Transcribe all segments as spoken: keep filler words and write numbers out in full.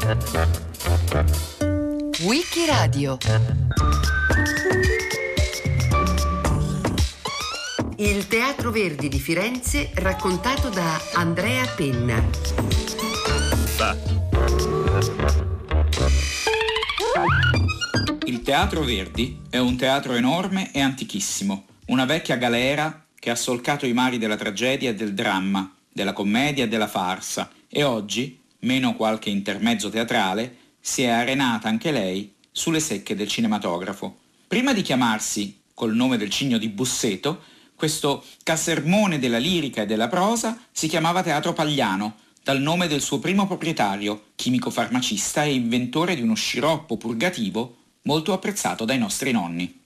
Wikiradio. Il Teatro Verdi di Firenze raccontato da Andrea Penna. Va. Il Teatro Verdi è un teatro enorme e antichissimo, una vecchia galera che ha solcato i mari della tragedia e del dramma, della commedia e della farsa, e oggi, meno qualche intermezzo teatrale, si è arenata anche lei sulle secche del cinematografo. Prima di chiamarsi col nome del Cigno di Busseto, questo casermone della lirica e della prosa si chiamava Teatro Pagliano, dal nome del suo primo proprietario, chimico farmacista e inventore di uno sciroppo purgativo molto apprezzato dai nostri nonni.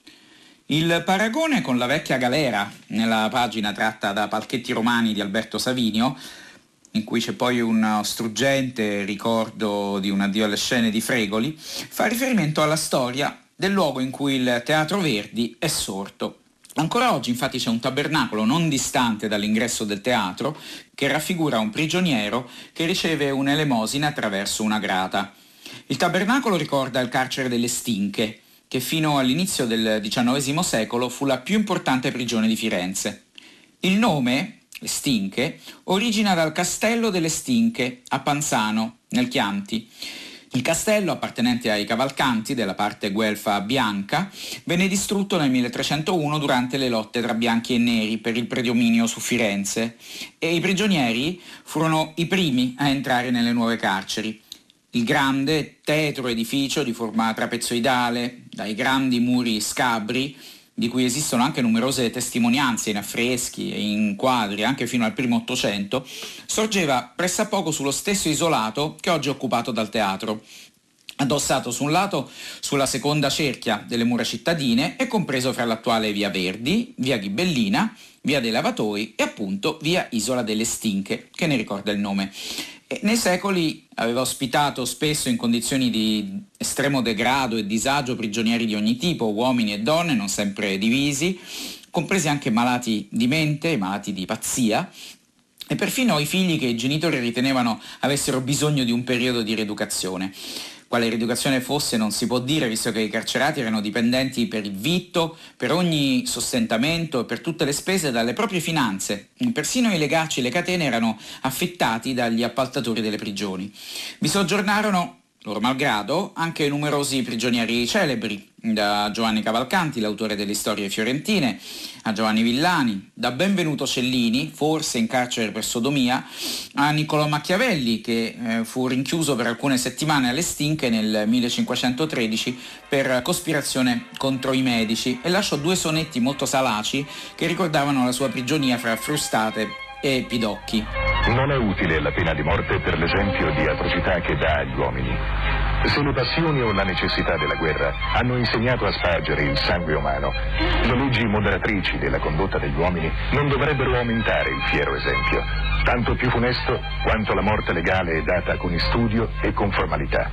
Il paragone con la vecchia galera, nella pagina tratta da Palchetti Romani di Alberto Savinio, in cui c'è poi un struggente ricordo di un addio alle scene di Fregoli, fa riferimento alla storia del luogo in cui il Teatro Verdi è sorto. Ancora oggi infatti c'è un tabernacolo non distante dall'ingresso del teatro che raffigura un prigioniero che riceve un'elemosina attraverso una grata. Il tabernacolo ricorda il carcere delle Stinche, che fino all'inizio del diciannovesimo secolo fu la più importante prigione di Firenze. Il nome, le Stinche, origina dal castello delle Stinche a Panzano, nel Chianti. Il castello, appartenente ai Cavalcanti della parte guelfa bianca, venne distrutto nel milletrecentouno durante le lotte tra bianchi e neri per il predominio su Firenze e i prigionieri furono i primi a entrare nelle nuove carceri. Il grande, tetro edificio di forma trapezoidale, dai grandi muri scabri, di cui esistono anche numerose testimonianze in affreschi e in quadri anche fino al primo Ottocento, sorgeva pressappoco sullo stesso isolato che oggi è occupato dal teatro, addossato su un lato sulla seconda cerchia delle mura cittadine e compreso fra l'attuale via Verdi, via Ghibellina, via dei Lavatoi e appunto via Isola delle Stinche, che ne ricorda il nome. E nei secoli aveva ospitato spesso in condizioni di estremo degrado e disagio prigionieri di ogni tipo, uomini e donne, non sempre divisi, compresi anche malati di mente, malati di pazzia, e perfino i figli che i genitori ritenevano avessero bisogno di un periodo di rieducazione. Quale rieducazione fosse non si può dire, visto che i carcerati erano dipendenti per il vitto, per ogni sostentamento e per tutte le spese dalle proprie finanze. Persino i legacci e le catene erano affittati dagli appaltatori delle prigioni. Vi soggiornarono, loro malgrado, anche numerosi prigionieri celebri, da Giovanni Cavalcanti, l'autore delle storie fiorentine, a Giovanni Villani, da Benvenuto Cellini, forse in carcere per sodomia, a Niccolò Machiavelli, che eh, fu rinchiuso per alcune settimane alle Stinche nel millecinquecentotredici per cospirazione contro i medici e lasciò due sonetti molto salaci che ricordavano la sua prigionia fra frustate e pidocchi. Non è utile la pena di morte per l'esempio di atrocità che dà agli uomini. Se le passioni o la necessità della guerra hanno insegnato a spargere il sangue umano, le leggi moderatrici della condotta degli uomini non dovrebbero aumentare il fiero esempio, tanto più funesto quanto la morte legale è data con studio e con formalità.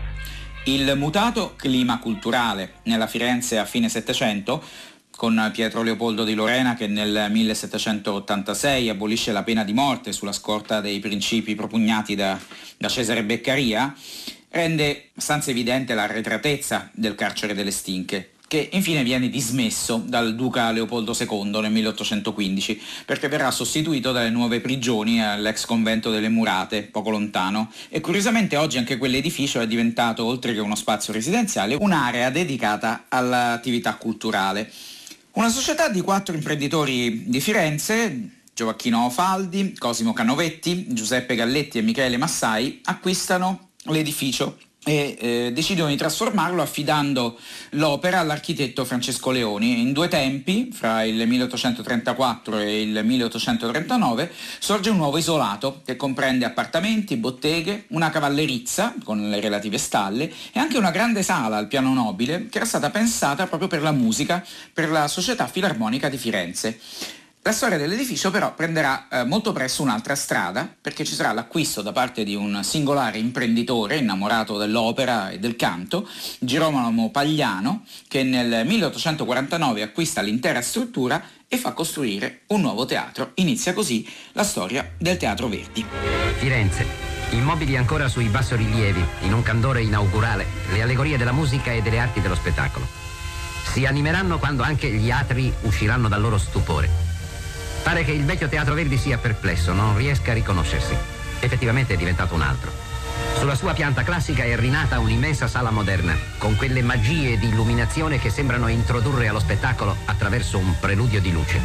Il mutato clima culturale nella Firenze a fine Settecento, con Pietro Leopoldo di Lorena che nel millesettecentottantasei abolisce la pena di morte sulla scorta dei principi propugnati da, da Cesare Beccaria, rende abbastanza evidente l'arretratezza del carcere delle Stinche, che infine viene dismesso dal duca Leopoldo secondo nel milleottocentoquindici, perché verrà sostituito dalle nuove prigioni all'ex convento delle Murate, poco lontano, e curiosamente oggi anche quell'edificio è diventato, oltre che uno spazio residenziale, un'area dedicata all'attività culturale. Una società di quattro imprenditori di Firenze, Gioacchino Faldi, Cosimo Canovetti, Giuseppe Galletti e Michele Massai, acquistano l'edificio e eh, decidono di trasformarlo affidando l'opera all'architetto Francesco Leoni. In due tempi, fra il milleottocentotrentaquattro e il milleottocentotrentanove, sorge un nuovo isolato che comprende appartamenti, botteghe, una cavallerizza con le relative stalle e anche una grande sala al piano nobile che era stata pensata proprio per la musica per la Società Filarmonica di Firenze. La storia dell'edificio però prenderà eh, molto presto un'altra strada, perché ci sarà l'acquisto da parte di un singolare imprenditore innamorato dell'opera e del canto, Girolamo Pagliano, che nel milleottocentoquarantanove acquista l'intera struttura e fa costruire un nuovo teatro. Inizia così la storia del Teatro Verdi. Firenze, Immobili ancora sui bassorilievi, in un candore inaugurale, le allegorie della musica e delle arti dello spettacolo. Si animeranno quando anche gli atri usciranno dal loro stupore. Pare che il vecchio Teatro Verdi sia perplesso, non riesca a riconoscersi. Effettivamente è diventato un altro. Sulla sua pianta classica è rinata un'immensa sala moderna, con quelle magie di illuminazione che sembrano introdurre allo spettacolo attraverso un preludio di luce.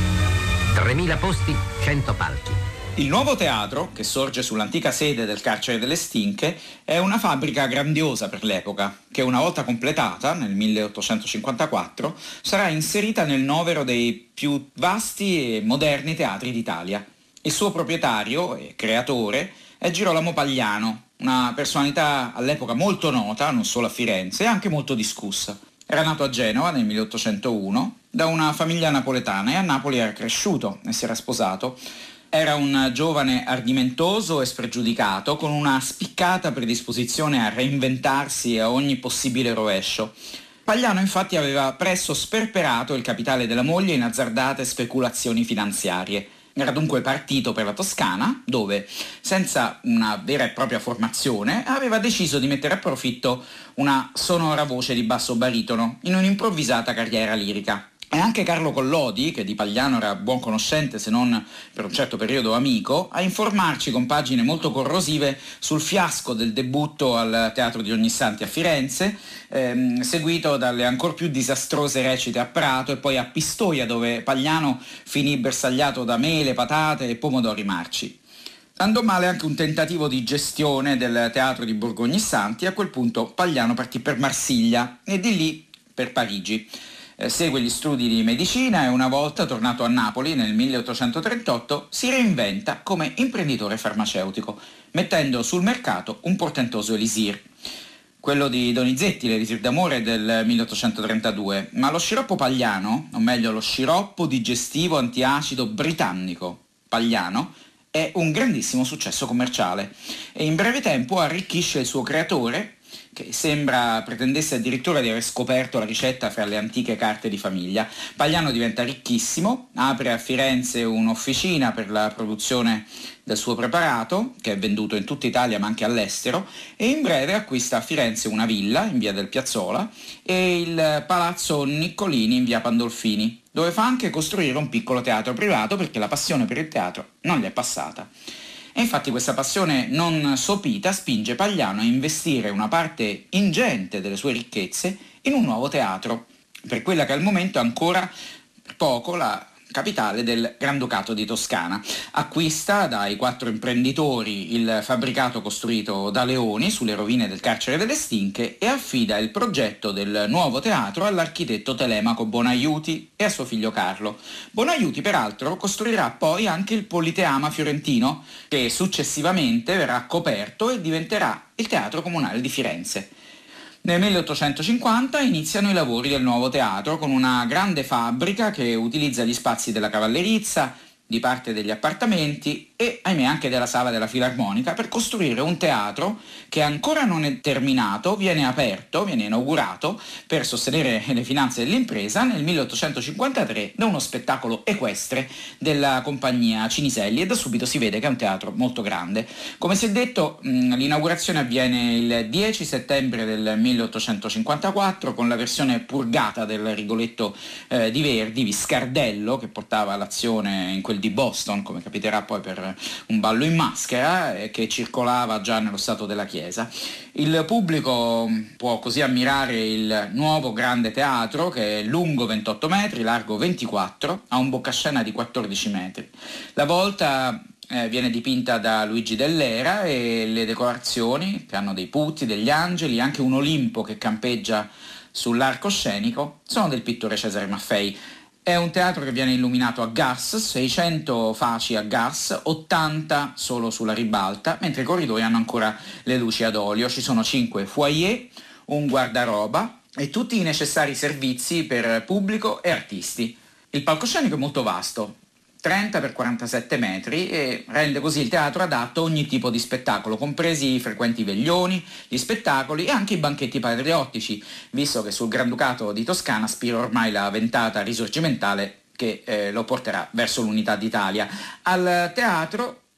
tremila posti, cento palchi. Il nuovo teatro, che sorge sull'antica sede del carcere delle Stinche, è una fabbrica grandiosa per l'epoca, che una volta completata, nel milleottocentocinquantaquattro, sarà inserita nel novero dei più vasti e moderni teatri d'Italia. Il suo proprietario e creatore è Girolamo Pagliano, una personalità all'epoca molto nota, non solo a Firenze, e anche molto discussa. Era nato a Genova nel milleottocentouno da una famiglia napoletana e a Napoli era cresciuto e si era sposato. Era un giovane ardimentoso e spregiudicato, con una spiccata predisposizione a reinventarsi a ogni possibile rovescio. Pagliano infatti aveva presto sperperato il capitale della moglie in azzardate speculazioni finanziarie. Era dunque partito per la Toscana, dove, senza una vera e propria formazione, aveva deciso di mettere a profitto una sonora voce di basso baritono in un'improvvisata carriera lirica. E anche Carlo Collodi, che di Pagliano era buon conoscente se non per un certo periodo amico, a informarci con pagine molto corrosive sul fiasco del debutto al Teatro di Ognissanti a Firenze, ehm, seguito dalle ancor più disastrose recite a Prato e poi a Pistoia, dove Pagliano finì bersagliato da mele, patate e pomodori marci. Andò male anche un tentativo di gestione del Teatro di Borgo Ognissanti. A quel punto Pagliano partì per Marsiglia e di lì per Parigi. Segue gli studi di medicina e una volta tornato a Napoli nel milleottocentotrentotto si reinventa come imprenditore farmaceutico, mettendo sul mercato un portentoso elisir. Quello di Donizetti, l'elisir d'amore del milleottocentotrentadue, ma lo sciroppo Pagliano, o meglio lo sciroppo digestivo antiacido britannico Pagliano, è un grandissimo successo commerciale e in breve tempo arricchisce il suo creatore, che sembra pretendesse addirittura di aver scoperto la ricetta fra le antiche carte di famiglia. Pagliano diventa ricchissimo, apre a Firenze un'officina per la produzione del suo preparato, che è venduto in tutta Italia ma anche all'estero, e in breve acquista a Firenze una villa in via del Piazzola e il palazzo Niccolini in via Pandolfini, dove fa anche costruire un piccolo teatro privato perché la passione per il teatro non gli è passata. E infatti questa passione non sopita spinge Pagliano a investire una parte ingente delle sue ricchezze in un nuovo teatro, per quella che al momento è ancora per poco la capitale del Granducato di Toscana. Acquista dai quattro imprenditori il fabbricato costruito da Leoni sulle rovine del carcere delle Stinche e affida il progetto del nuovo teatro all'architetto Telemaco Bonaiuti e a suo figlio Carlo. Bonaiuti peraltro costruirà poi anche il Politeama fiorentino, che successivamente verrà coperto e diventerà il Teatro Comunale di Firenze. Nel milleottocentocinquanta iniziano i lavori del nuovo teatro con una grande fabbrica che utilizza gli spazi della cavallerizza, di parte degli appartamenti e, ahimè, anche della sala della Filarmonica per costruire un teatro che ancora non è terminato, viene aperto, viene inaugurato per sostenere le finanze dell'impresa nel milleottocentocinquantatré da uno spettacolo equestre della compagnia Ciniselli e da subito si vede che è un teatro molto grande. Come si è detto, l'inaugurazione avviene il dieci settembre del milleottocentocinquantaquattro con la versione purgata del Rigoletto eh, di Verdi, Viscardello, che portava l'azione in quel di Boston, come capiterà poi per un ballo in maschera, eh, che circolava già nello stato della chiesa. Il pubblico può così ammirare il nuovo grande teatro, che è lungo ventotto metri, largo ventiquattro, ha un boccascena di quattordici metri. La volta eh, viene dipinta da Luigi Dell'Era e le decorazioni, che hanno dei putti, degli angeli, anche un Olimpo che campeggia sull'arco scenico, sono del pittore Cesare Maffei. È un teatro che viene illuminato a gas, seicento faci a gas, ottanta solo sulla ribalta, mentre i corridoi hanno ancora le luci ad olio. Ci sono cinque foyer, un guardaroba e tutti i necessari servizi per pubblico e artisti. Il palcoscenico è molto vasto, trenta per quarantasette metri, e rende così il teatro adatto a ogni tipo di spettacolo, compresi i frequenti veglioni, gli spettacoli e anche i banchetti patriottici, visto che sul Granducato di Toscana spira ormai la ventata risorgimentale che eh, lo porterà verso l'unità d'Italia. Al teatro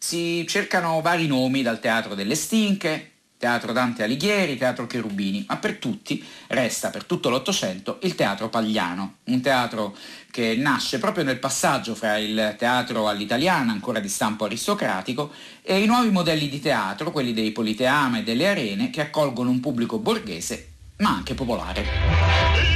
si cercano vari nomi, dal Teatro delle Stinche, Teatro Dante Alighieri, Teatro Cherubini, ma per tutti resta, per tutto l'Ottocento, il Teatro Pagliano, un teatro che nasce proprio nel passaggio fra il teatro all'italiana, ancora di stampo aristocratico, e i nuovi modelli di teatro, quelli dei politeama e delle arene, che accolgono un pubblico borghese, ma anche popolare.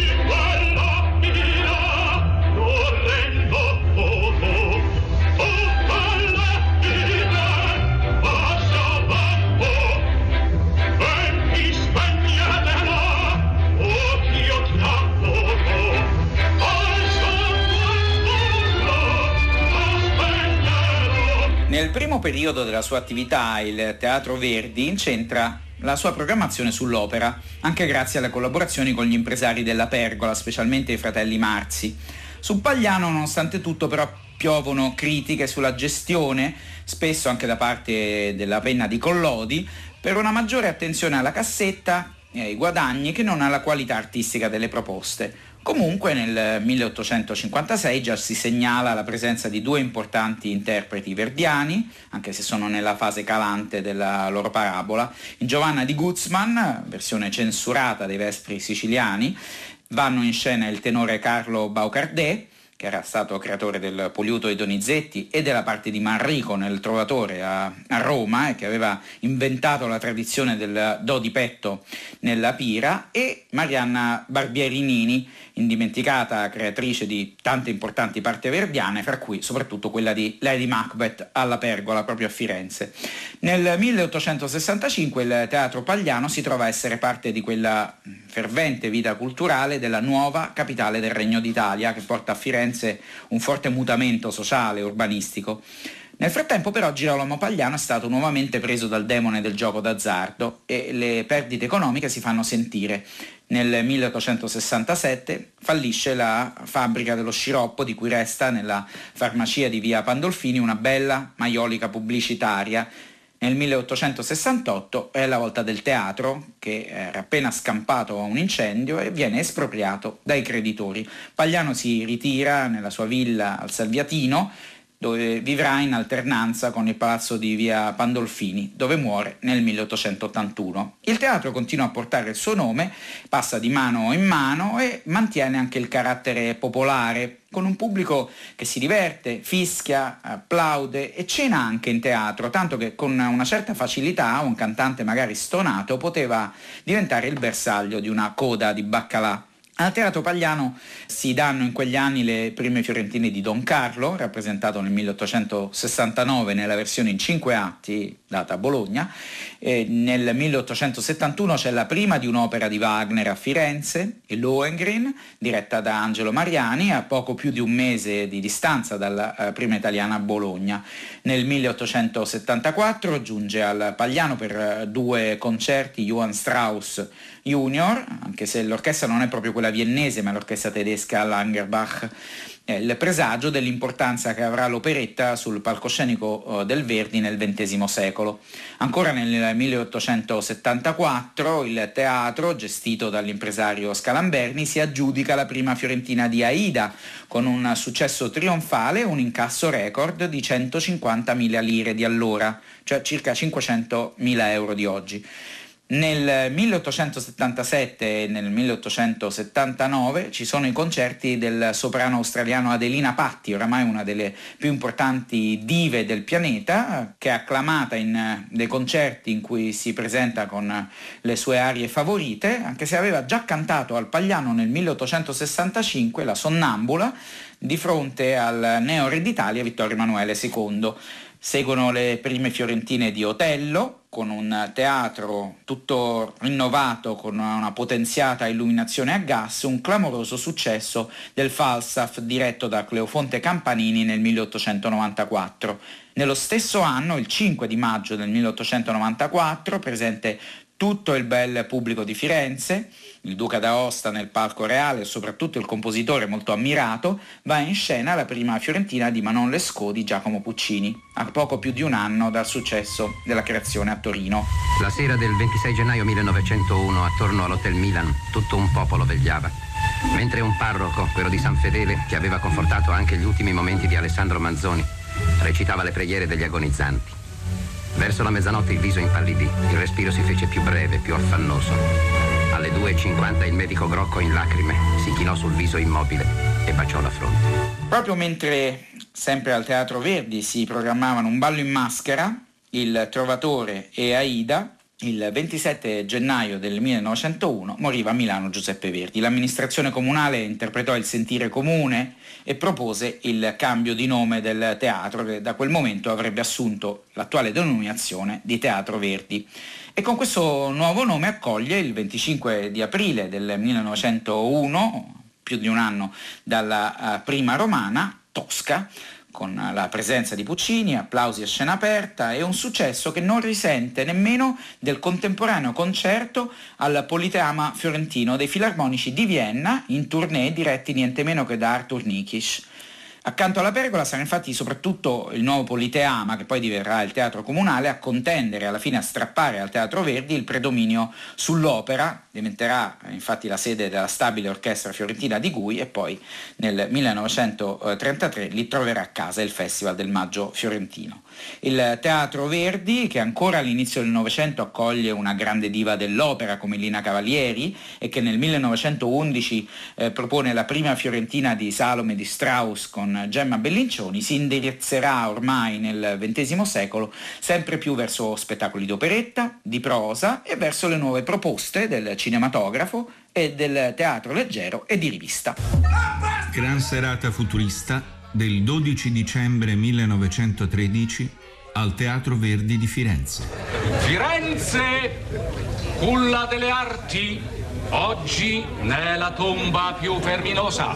Nel primo periodo della sua attività il Teatro Verdi incentra la sua programmazione sull'opera, anche grazie alle collaborazioni con gli impresari della Pergola, specialmente i fratelli Marzi. Su Pagliano, nonostante tutto, però piovono critiche sulla gestione, spesso anche da parte della penna di Collodi, per una maggiore attenzione alla cassetta e ai guadagni che non alla qualità artistica delle proposte. Comunque nel milleottocentocinquantasei già si segnala la presenza di due importanti interpreti verdiani, anche se sono nella fase calante della loro parabola. In Giovanna di Guzman, versione censurata dei Vespri siciliani, vanno in scena il tenore Carlo Baucardè, che era stato creatore del Poliuto e Donizetti e della parte di Manrico nel Trovatore a, a Roma, e che aveva inventato la tradizione del do di petto nella pira, e Marianna Barbieri Nini, indimenticata creatrice di tante importanti parti verdiane, fra cui soprattutto quella di Lady Macbeth alla Pergola, proprio a Firenze. Nel milleottocentosessantacinque il Teatro Pagliano si trova a essere parte di quella fervente vita culturale della nuova capitale del Regno d'Italia, che porta a Firenze un forte mutamento sociale e urbanistico. Nel frattempo però Girolamo Pagliano è stato nuovamente preso dal demone del gioco d'azzardo e le perdite economiche si fanno sentire. Nel milleottocentosessantasette fallisce la fabbrica dello sciroppo, di cui resta nella farmacia di via Pandolfini una bella maiolica pubblicitaria. Nel milleottocentosessantotto è la volta del teatro, che era appena scampato a un incendio e viene espropriato dai creditori. Pagliano si ritira nella sua villa al Salviatino, dove vivrà in alternanza con il palazzo di via Pandolfini, dove muore nel milleottocentottantuno. Il teatro continua a portare il suo nome, passa di mano in mano e mantiene anche il carattere popolare, con un pubblico che si diverte, fischia, applaude e cena anche in teatro, tanto che con una certa facilità un cantante magari stonato poteva diventare il bersaglio di una coda di baccalà. Al Teatro Pagliano si danno in quegli anni le prime fiorentine di Don Carlo, rappresentato nel milleottocentosessantanove nella versione in cinque atti data a Bologna. E nel milleottocentosettantuno c'è la prima di un'opera di Wagner a Firenze, il Lohengrin, diretta da Angelo Mariani, a poco più di un mese di distanza dalla uh, prima italiana a Bologna. Nel milleottocentosettantaquattro giunge al Pagliano per uh, due concerti Johann Strauss Junior, anche se l'orchestra non è proprio quella viennese, ma l'orchestra tedesca Langerbach. È il presagio dell'importanza che avrà l'operetta sul palcoscenico del Verdi nel ventesimo secolo. Ancora nel milleottocentosettantaquattro il teatro, gestito dall'impresario Scalamberni, si aggiudica la prima fiorentina di Aida, con un successo trionfale e un incasso record di centocinquantamila lire di allora, cioè circa cinquecentomila euro di oggi. Nel milleottocentosettantasette e nel milleottocentosettantanove ci sono i concerti del soprano australiano Adelina Patti, oramai una delle più importanti dive del pianeta, che è acclamata in dei concerti in cui si presenta con le sue arie favorite, anche se aveva già cantato al Pagliano nel milleottocentosessantacinque la Sonnambula di fronte al neo re d'Italia Vittorio Emanuele secondo. Seguono le prime fiorentine di Otello, con un teatro tutto rinnovato, con una potenziata illuminazione a gas, un clamoroso successo del Falstaff diretto da Cleofonte Campanini nel milleottocentonovantaquattro. Nello stesso anno, il cinque di maggio del milleottocentonovantaquattro, presente tutto il bel pubblico di Firenze, il Duca d'Aosta nel palco reale e soprattutto il compositore molto ammirato, va in scena la prima fiorentina di Manon Lescaut di Giacomo Puccini, a poco più di un anno dal successo della creazione a Torino. La sera del ventisei gennaio millenovecentouno, attorno all'Hotel Milan, tutto un popolo vegliava, mentre un parroco, quello di San Fedele, che aveva confortato anche gli ultimi momenti di Alessandro Manzoni, recitava le preghiere degli agonizzanti. Verso la mezzanotte il viso impallidì, il respiro si fece più breve, più affannoso. Alle due e cinquanta il medico Grocco in lacrime si chinò sul viso immobile e baciò la fronte. Proprio mentre, sempre al Teatro Verdi, si programmavano Un ballo in maschera, Il Trovatore e Aida, il ventisette gennaio del millenovecentouno moriva a Milano Giuseppe Verdi. L'amministrazione comunale interpretò il sentire comune e propose il cambio di nome del teatro, che da quel momento avrebbe assunto l'attuale denominazione di Teatro Verdi. E con questo nuovo nome accoglie il venticinque di aprile del millenovecentouno, più di un anno dalla prima romana, Tosca, con la presenza di Puccini, applausi a scena aperta e un successo che non risente nemmeno del contemporaneo concerto al Politeama fiorentino dei Filarmonici di Vienna, in tournée diretti niente meno che da Arthur Nikisch. Accanto alla Pergola sarà infatti soprattutto il nuovo Politeama, che poi diverrà il teatro comunale, a contendere e alla fine a strappare al Teatro Verdi il predominio sull'opera. Diventerà infatti la sede della stabile orchestra fiorentina di Gui e poi nel millenovecentotrentatré lì troverà a casa il Festival del Maggio fiorentino. Il Teatro Verdi, che ancora all'inizio del Novecento accoglie una grande diva dell'opera come Lina Cavalieri e che nel millenovecentoundici eh, propone la prima fiorentina di Salome di Strauss con Gemma Bellincioni, si indirizzerà ormai nel ventesimo secolo sempre più verso spettacoli d'operetta, di prosa e verso le nuove proposte del cinematografo e del teatro leggero e di rivista. Gran serata futurista del dodici dicembre millenovecentotredici al Teatro Verdi di Firenze. Firenze, culla delle arti, oggi ne è la tomba più ferminosa.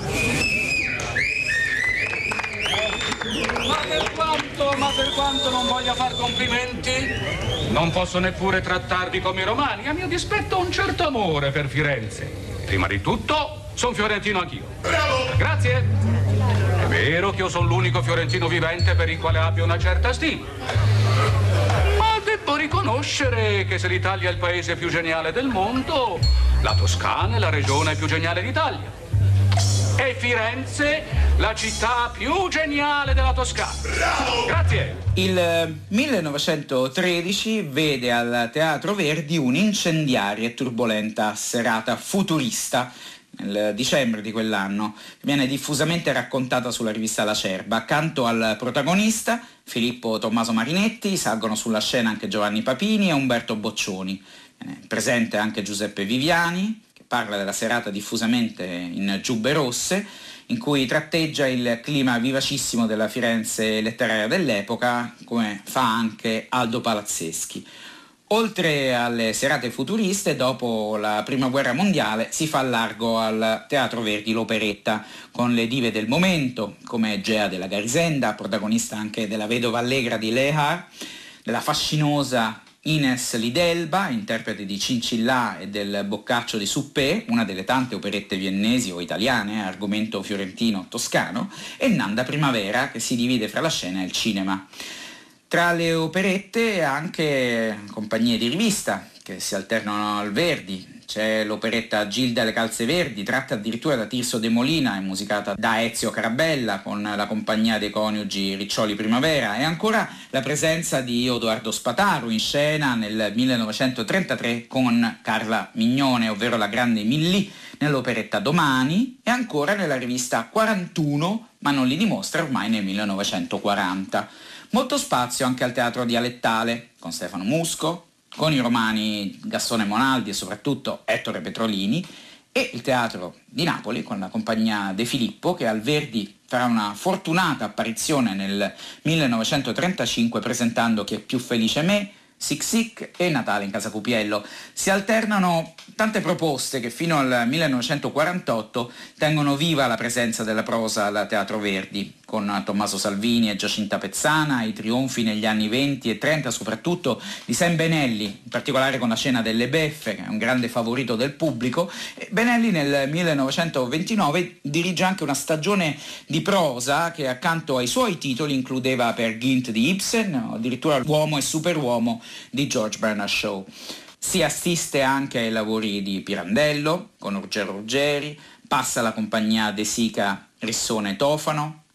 Ma per quanto, ma per quanto non voglia far complimenti, non posso neppure trattarvi come i romani. A mio dispetto ho un certo amore per Firenze. Prima di tutto, sono fiorentino anch'io. Bravo! Grazie! È vero che io sono l'unico fiorentino vivente per il quale abbia una certa stima. Ma devo riconoscere che se l'Italia è il paese più geniale del mondo, la Toscana è la regione più geniale d'Italia. E Firenze, la città più geniale della Toscana. Bravo! Grazie! Il millenovecentotredici vede al Teatro Verdi un'incendiaria e turbolenta serata futurista. Nel dicembre di quell'anno viene diffusamente raccontata sulla rivista Lacerba. Accanto al protagonista, Filippo Tommaso Marinetti, salgono sulla scena anche Giovanni Papini e Umberto Boccioni. Viene presente anche Giuseppe Viviani, che parla della serata diffusamente in giubbe rosse, in cui tratteggia il clima vivacissimo della Firenze letteraria dell'epoca, come fa anche Aldo Palazzeschi. Oltre alle serate futuriste, dopo la Prima Guerra Mondiale si fa largo al Teatro Verdi l'operetta, con le dive del momento, come Gea della Garisenda, protagonista anche della Vedova Allegra di Lehar, della fascinosa Ines Lidelba, interprete di Cincillà e del Boccaccio di Suppé, una delle tante operette viennesi o italiane, argomento fiorentino-toscano, e Nanda Primavera, che si divide fra la scena e il cinema. Tra le operette anche compagnie di rivista che si alternano al Verdi. C'è l'operetta Gilda e le calze verdi, tratta addirittura da Tirso de Molina e musicata da Ezio Carabella con la compagnia dei coniugi Riccioli Primavera, e ancora la presenza di Odoardo Spataru in scena nel millenovecentotrentatré con Carla Mignone, ovvero la grande Millì, nell'operetta Domani, e ancora nella rivista quarantuno, ma non li dimostra ormai nel millenovecentoquaranta. Molto spazio anche al teatro dialettale, con Stefano Musco, con i romani Gastone Monaldi e soprattutto Ettore Petrolini, e il teatro di Napoli con la compagnia De Filippo, che al Verdi farà una fortunata apparizione nel millenovecentotrentacinque presentando Chi è più felice me, Sic Sic e Natale in Casa Cupiello. Si alternano tante proposte che fino al millenovecentoquarantotto tengono viva la presenza della prosa al Teatro Verdi, con Tommaso Salvini e Giacinta Pezzana, i trionfi negli anni venti e trenta soprattutto di Sam Benelli, in particolare con la Scena delle Beffe, che è un grande favorito del pubblico. E Benelli nel millenovecentoventinove dirige anche una stagione di prosa che accanto ai suoi titoli includeva Per Gynt di Ibsen o addirittura L'uomo e superuomo di George Bernard Shaw. Si assiste anche ai lavori di Pirandello con Ruggero Ruggeri, passa la compagnia De Sica Rissone Tofano,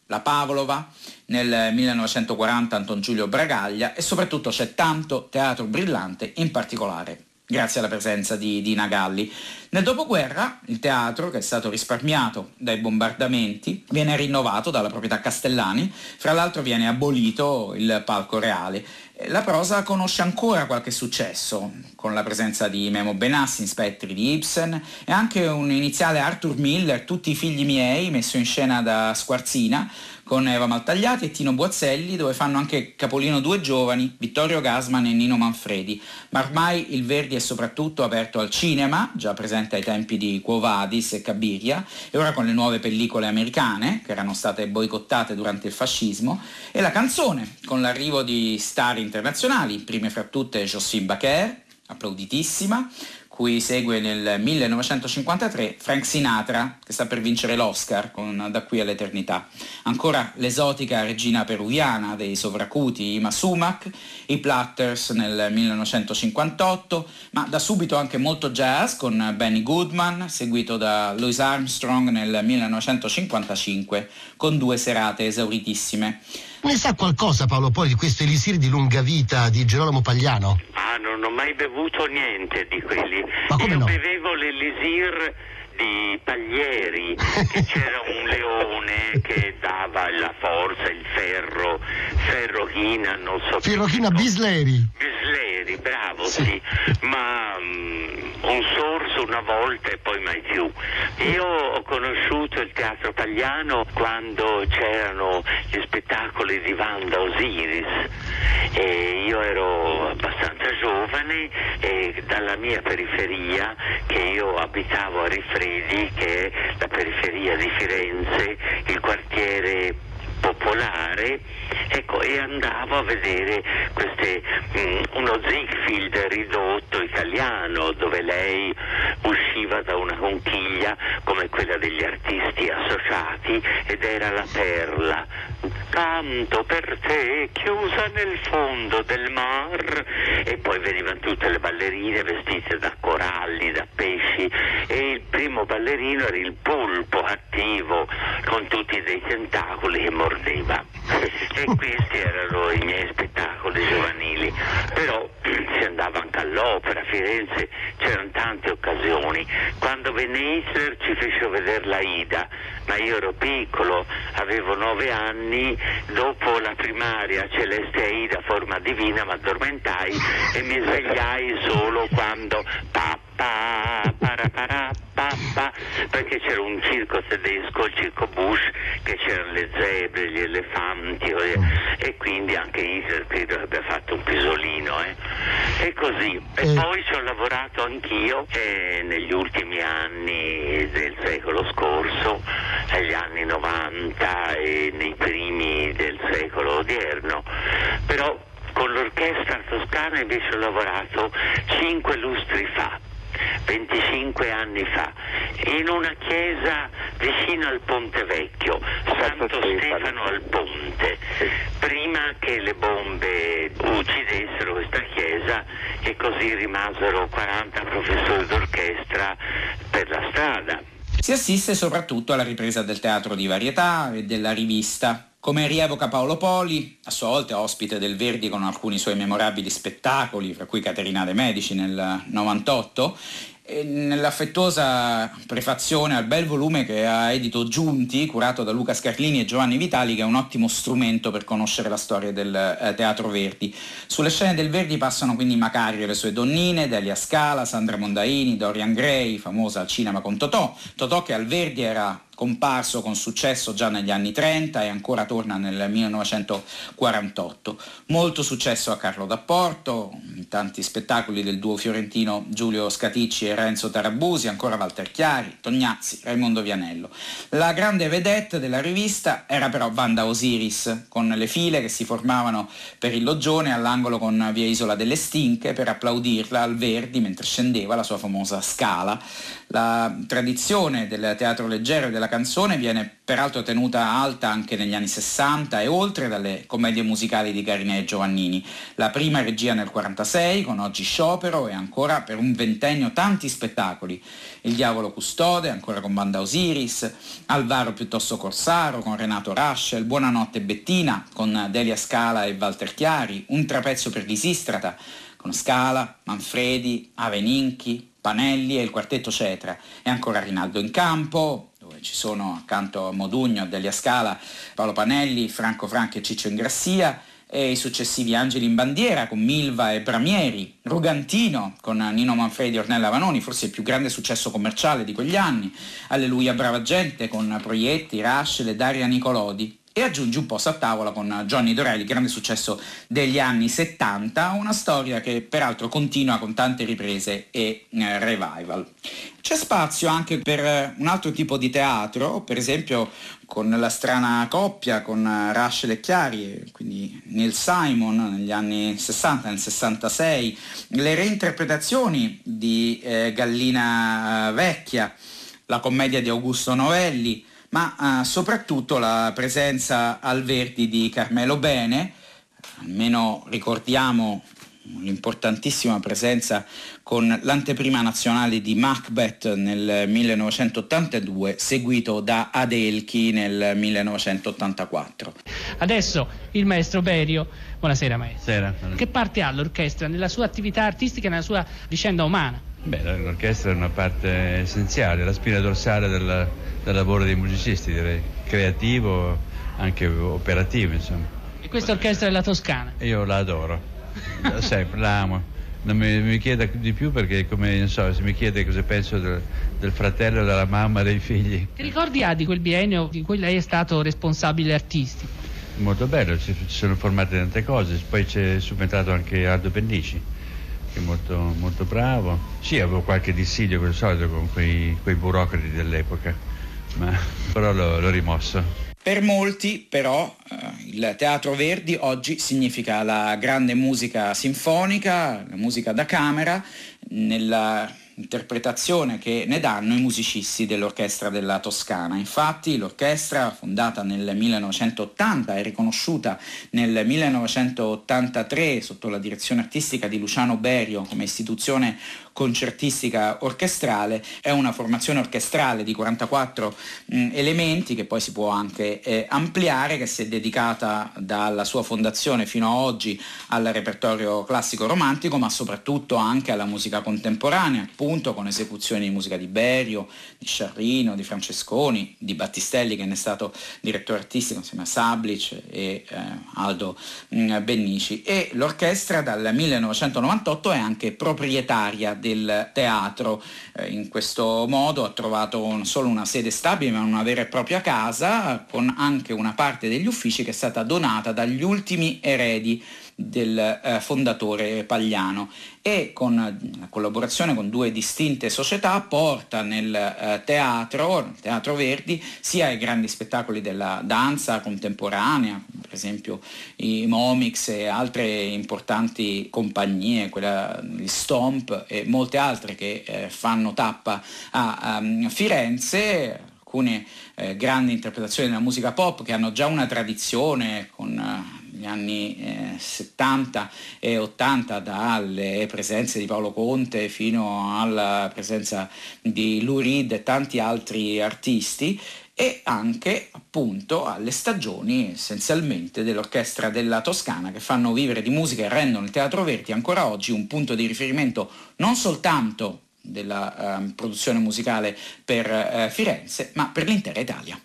la Pavlova, nel millenovecentoquaranta Anton Giulio Bragaglia e soprattutto c'è tanto teatro brillante, in particolare grazie alla presenza di Dina Galli. Nel dopoguerra il teatro, che è stato risparmiato dai bombardamenti, viene rinnovato dalla proprietà Castellani, fra l'altro viene abolito il palco reale. La prosa conosce ancora qualche successo, con la presenza di Memo Benassi in Spettri di Ibsen e anche un iniziale Arthur Miller, Tutti i figli miei, messo in scena da Squarzina, con Eva Maltagliati e Tino Buazzelli, dove fanno anche capolino due giovani, Vittorio Gassman e Nino Manfredi. Ma ormai il Verdi è soprattutto aperto al cinema, già presente ai tempi di Quo Vadis e Cabiria, e ora con le nuove pellicole americane, che erano state boicottate durante il fascismo, e la canzone, con l'arrivo di star internazionali, prime fra tutte Josephine Baker, applauditissima, cui segue nel millenovecentocinquantatré Frank Sinatra, che sta per vincere l'Oscar con Da qui all'eternità. Ancora l'esotica regina peruviana dei sovracuti Ima Sumac, i Platters nel millenovecentocinquantotto, ma da subito anche molto jazz con Benny Goodman, seguito da Louis Armstrong nel millenovecentocinquantacinque, con due serate esauritissime. Ne sa qualcosa Paolo poi di questo elisir di lunga vita di Gerolamo Pagliano? Ah, non ho mai bevuto niente di quelli. Ma come Io no? bevevo l'elisir di Paglieri, che c'era un leone che dava la forza, il ferro, ferrochina, non so. Ferrochina Bisleri. Bisleri, bravo, sì, sì. ma um, un sorso una volta e poi mai più. Io ho conosciuto il teatro Pagliano quando c'erano gli spettacoli di Wanda Osiris e io ero abbastanza giovane e dalla mia periferia, che io abitavo a Rifredi, che è la periferia di Firenze, il quartiere popolare, ecco, e andavo a vedere queste mh, uno Ziegfeld ridotto italiano, dove lei usciva da una conchiglia come quella degli artisti associati ed era la perla. Canto per te chiusa nel fondo del mar, e poi venivano tutte le ballerine vestite da coralli, da pesci, e il primo ballerino era il polpo attivo con tutti dei tentacoli che mordeva. E questi erano i miei spettacoli giovanili. Però si andava anche all'opera, a Firenze c'erano tante occasioni. Quando venne Hitler ci fecero vedere la Ida, ma io ero piccolo, avevo nove anni, dopo la primaria Celeste Aida forma divina mi addormentai e mi svegliai solo quando papà parapara papà, perché c'era un circo tedesco, il circo Bush, che c'erano le zebre, gli elefanti, e quindi anche Hitler credo che abbia fatto un pisolino, eh. E così. E poi ci ho lavorato anch'io eh, negli ultimi anni del secolo scorso, negli anni novanta e nei primi del secolo odierno, però con l'orchestra toscana invece ho lavorato cinque lustri fa, venticinque anni fa, in una chiesa vicino al Ponte Vecchio, Santo Stefano al Ponte, prima che le bombe uccidessero questa chiesa, e così rimasero quaranta professori d'orchestra per la strada. Si assiste soprattutto alla ripresa del teatro di varietà e della rivista. Come rievoca Paolo Poli, a sua volta ospite del Verdi con alcuni suoi memorabili spettacoli, fra cui Caterina de' Medici nel novantotto, e nell'affettuosa prefazione al bel volume che ha edito Giunti, curato da Luca Scarlini e Giovanni Vitali, che è un ottimo strumento per conoscere la storia del eh, teatro Verdi. Sulle scene del Verdi passano quindi Macario e le sue donnine, Delia Scala, Sandra Mondaini, Dorian Gray, famosa al cinema con Totò, Totò che al Verdi era comparso con successo già negli anni trenta e ancora torna nel millenovecentoquarantotto. Molto successo a Carlo D'Apporto, in tanti spettacoli del duo fiorentino Giulio Scaticci e Renzo Tarabusi, ancora Walter Chiari, Tognazzi, Raimondo Vianello. La grande vedette della rivista era però Wanda Osiris, con le file che si formavano per il loggione all'angolo con via Isola delle Stinche per applaudirla al Verdi mentre scendeva la sua famosa Scala. La tradizione del teatro leggero e della della canzone viene peraltro tenuta alta anche negli anni sessanta e oltre dalle commedie musicali di Garinè e Giovannini. La prima regia nel quarantasei con Oggi sciopero e ancora per un ventennio tanti spettacoli. Il Diavolo custode, ancora con Banda Osiris, Alvaro piuttosto Corsaro con Renato Raschel, Buonanotte Bettina con Delia Scala e Walter Chiari, Un trapezzo per Lisistrata con Scala, Manfredi, Aveninchi, Panelli e il quartetto Cetra, e ancora Rinaldo in campo, dove ci sono accanto a Modugno, a Delia Scala, Paolo Panelli, Franco Franchi e Ciccio Ingrassia, e i successivi Angeli in bandiera con Milva e Bramieri, Rugantino con Nino Manfredi e Ornella Vanoni, forse il più grande successo commerciale di quegli anni, Alleluia brava gente con Proietti, Raschel e Daria Nicolodi, e aggiungi un posto a tavola con Johnny Dorelli, grande successo degli anni settanta, una storia che peraltro continua con tante riprese e eh, revival. C'è spazio anche per un altro tipo di teatro, per esempio con La strana coppia, con Raschel e Chiari, quindi Neil Simon negli anni sessanta, nel sessantasei, le reinterpretazioni di eh, Gallina Vecchia, la commedia di Augusto Novelli, ma uh, soprattutto la presenza al Verdi di Carmelo Bene, almeno ricordiamo l'importantissima presenza con l'anteprima nazionale di Macbeth nel millenovecentottantadue, seguito da Adelchi nel millenovecentottantaquattro. Adesso il maestro Berio, buonasera maestro. Sera. Che parte ha l'orchestra nella sua attività artistica e nella sua vicenda umana? Beh, l'orchestra è una parte essenziale, la spina dorsale del, del lavoro dei musicisti, direi, creativo, anche operativo, insomma. E questa orchestra è la Toscana? Io la adoro, sempre, la amo. Non mi, mi chieda di più perché, come non so, se mi chiede cosa penso del, del fratello, della mamma, dei figli. Che ricordi ha di quel biennio di cui lei è stato responsabile artistico? Molto bello, ci, ci sono formate tante cose, poi c'è subentrato anche Aldo Pendici, che è molto, molto bravo. Sì, avevo qualche dissidio, come al solito, con quei, quei burocrati dell'epoca, ma però l'ho, l'ho rimosso. Per molti, però, eh, il Teatro Verdi oggi significa la grande musica sinfonica, la musica da camera, nella interpretazione che ne danno i musicisti dell'Orchestra della Toscana. Infatti l'orchestra, fondata nel millenovecentottanta e riconosciuta nel millenovecentottantatré sotto la direzione artistica di Luciano Berio come istituzione concertistica orchestrale, è una formazione orchestrale di quarantaquattro mh, elementi che poi si può anche eh, ampliare, che si è dedicata dalla sua fondazione fino a oggi al repertorio classico romantico, ma soprattutto anche alla musica contemporanea, appunto con esecuzioni di musica di Berio, di Sciarrino, di Francesconi, di Battistelli, che ne è stato direttore artistico insieme a Sablic e eh, Aldo mh, Bennici. E l'orchestra dal millenovecentonovantotto è anche proprietaria del teatro. Eh, in questo modo ha trovato non solo una sede stabile, ma una vera e propria casa, con anche una parte degli uffici che è stata donata dagli ultimi eredi del eh, fondatore Pagliano, e con la collaborazione con due distinte società porta nel eh, teatro, nel Teatro Verdi, sia i grandi spettacoli della danza contemporanea, per esempio i Momix e altre importanti compagnie, quella gli Stomp e molte altre che eh, fanno tappa a, a Firenze, alcune eh, grandi interpretazioni della musica pop che hanno già una tradizione con eh, gli anni eh, settanta e ottanta, dalle presenze di Paolo Conte fino alla presenza di Lou Reed e tanti altri artisti, e anche appunto alle stagioni essenzialmente dell'Orchestra della Toscana, che fanno vivere di musica e rendono il Teatro Verdi ancora oggi un punto di riferimento non soltanto della eh, produzione musicale per eh, Firenze, ma per l'intera Italia.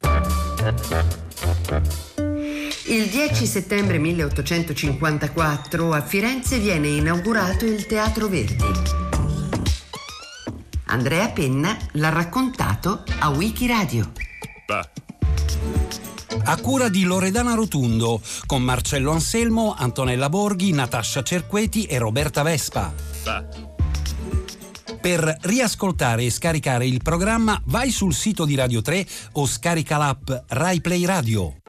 Il dieci settembre milleottocentocinquantaquattro a Firenze viene inaugurato il Teatro Verdi. Andrea Penna l'ha raccontato a Wikiradio. A cura di Loredana Rotundo, con Marcello Anselmo, Antonella Borghi, Natascia Cerqueti e Roberta Vespa. Per riascoltare e scaricare il programma vai sul sito di Radio tre o scarica l'app Rai Play Radio.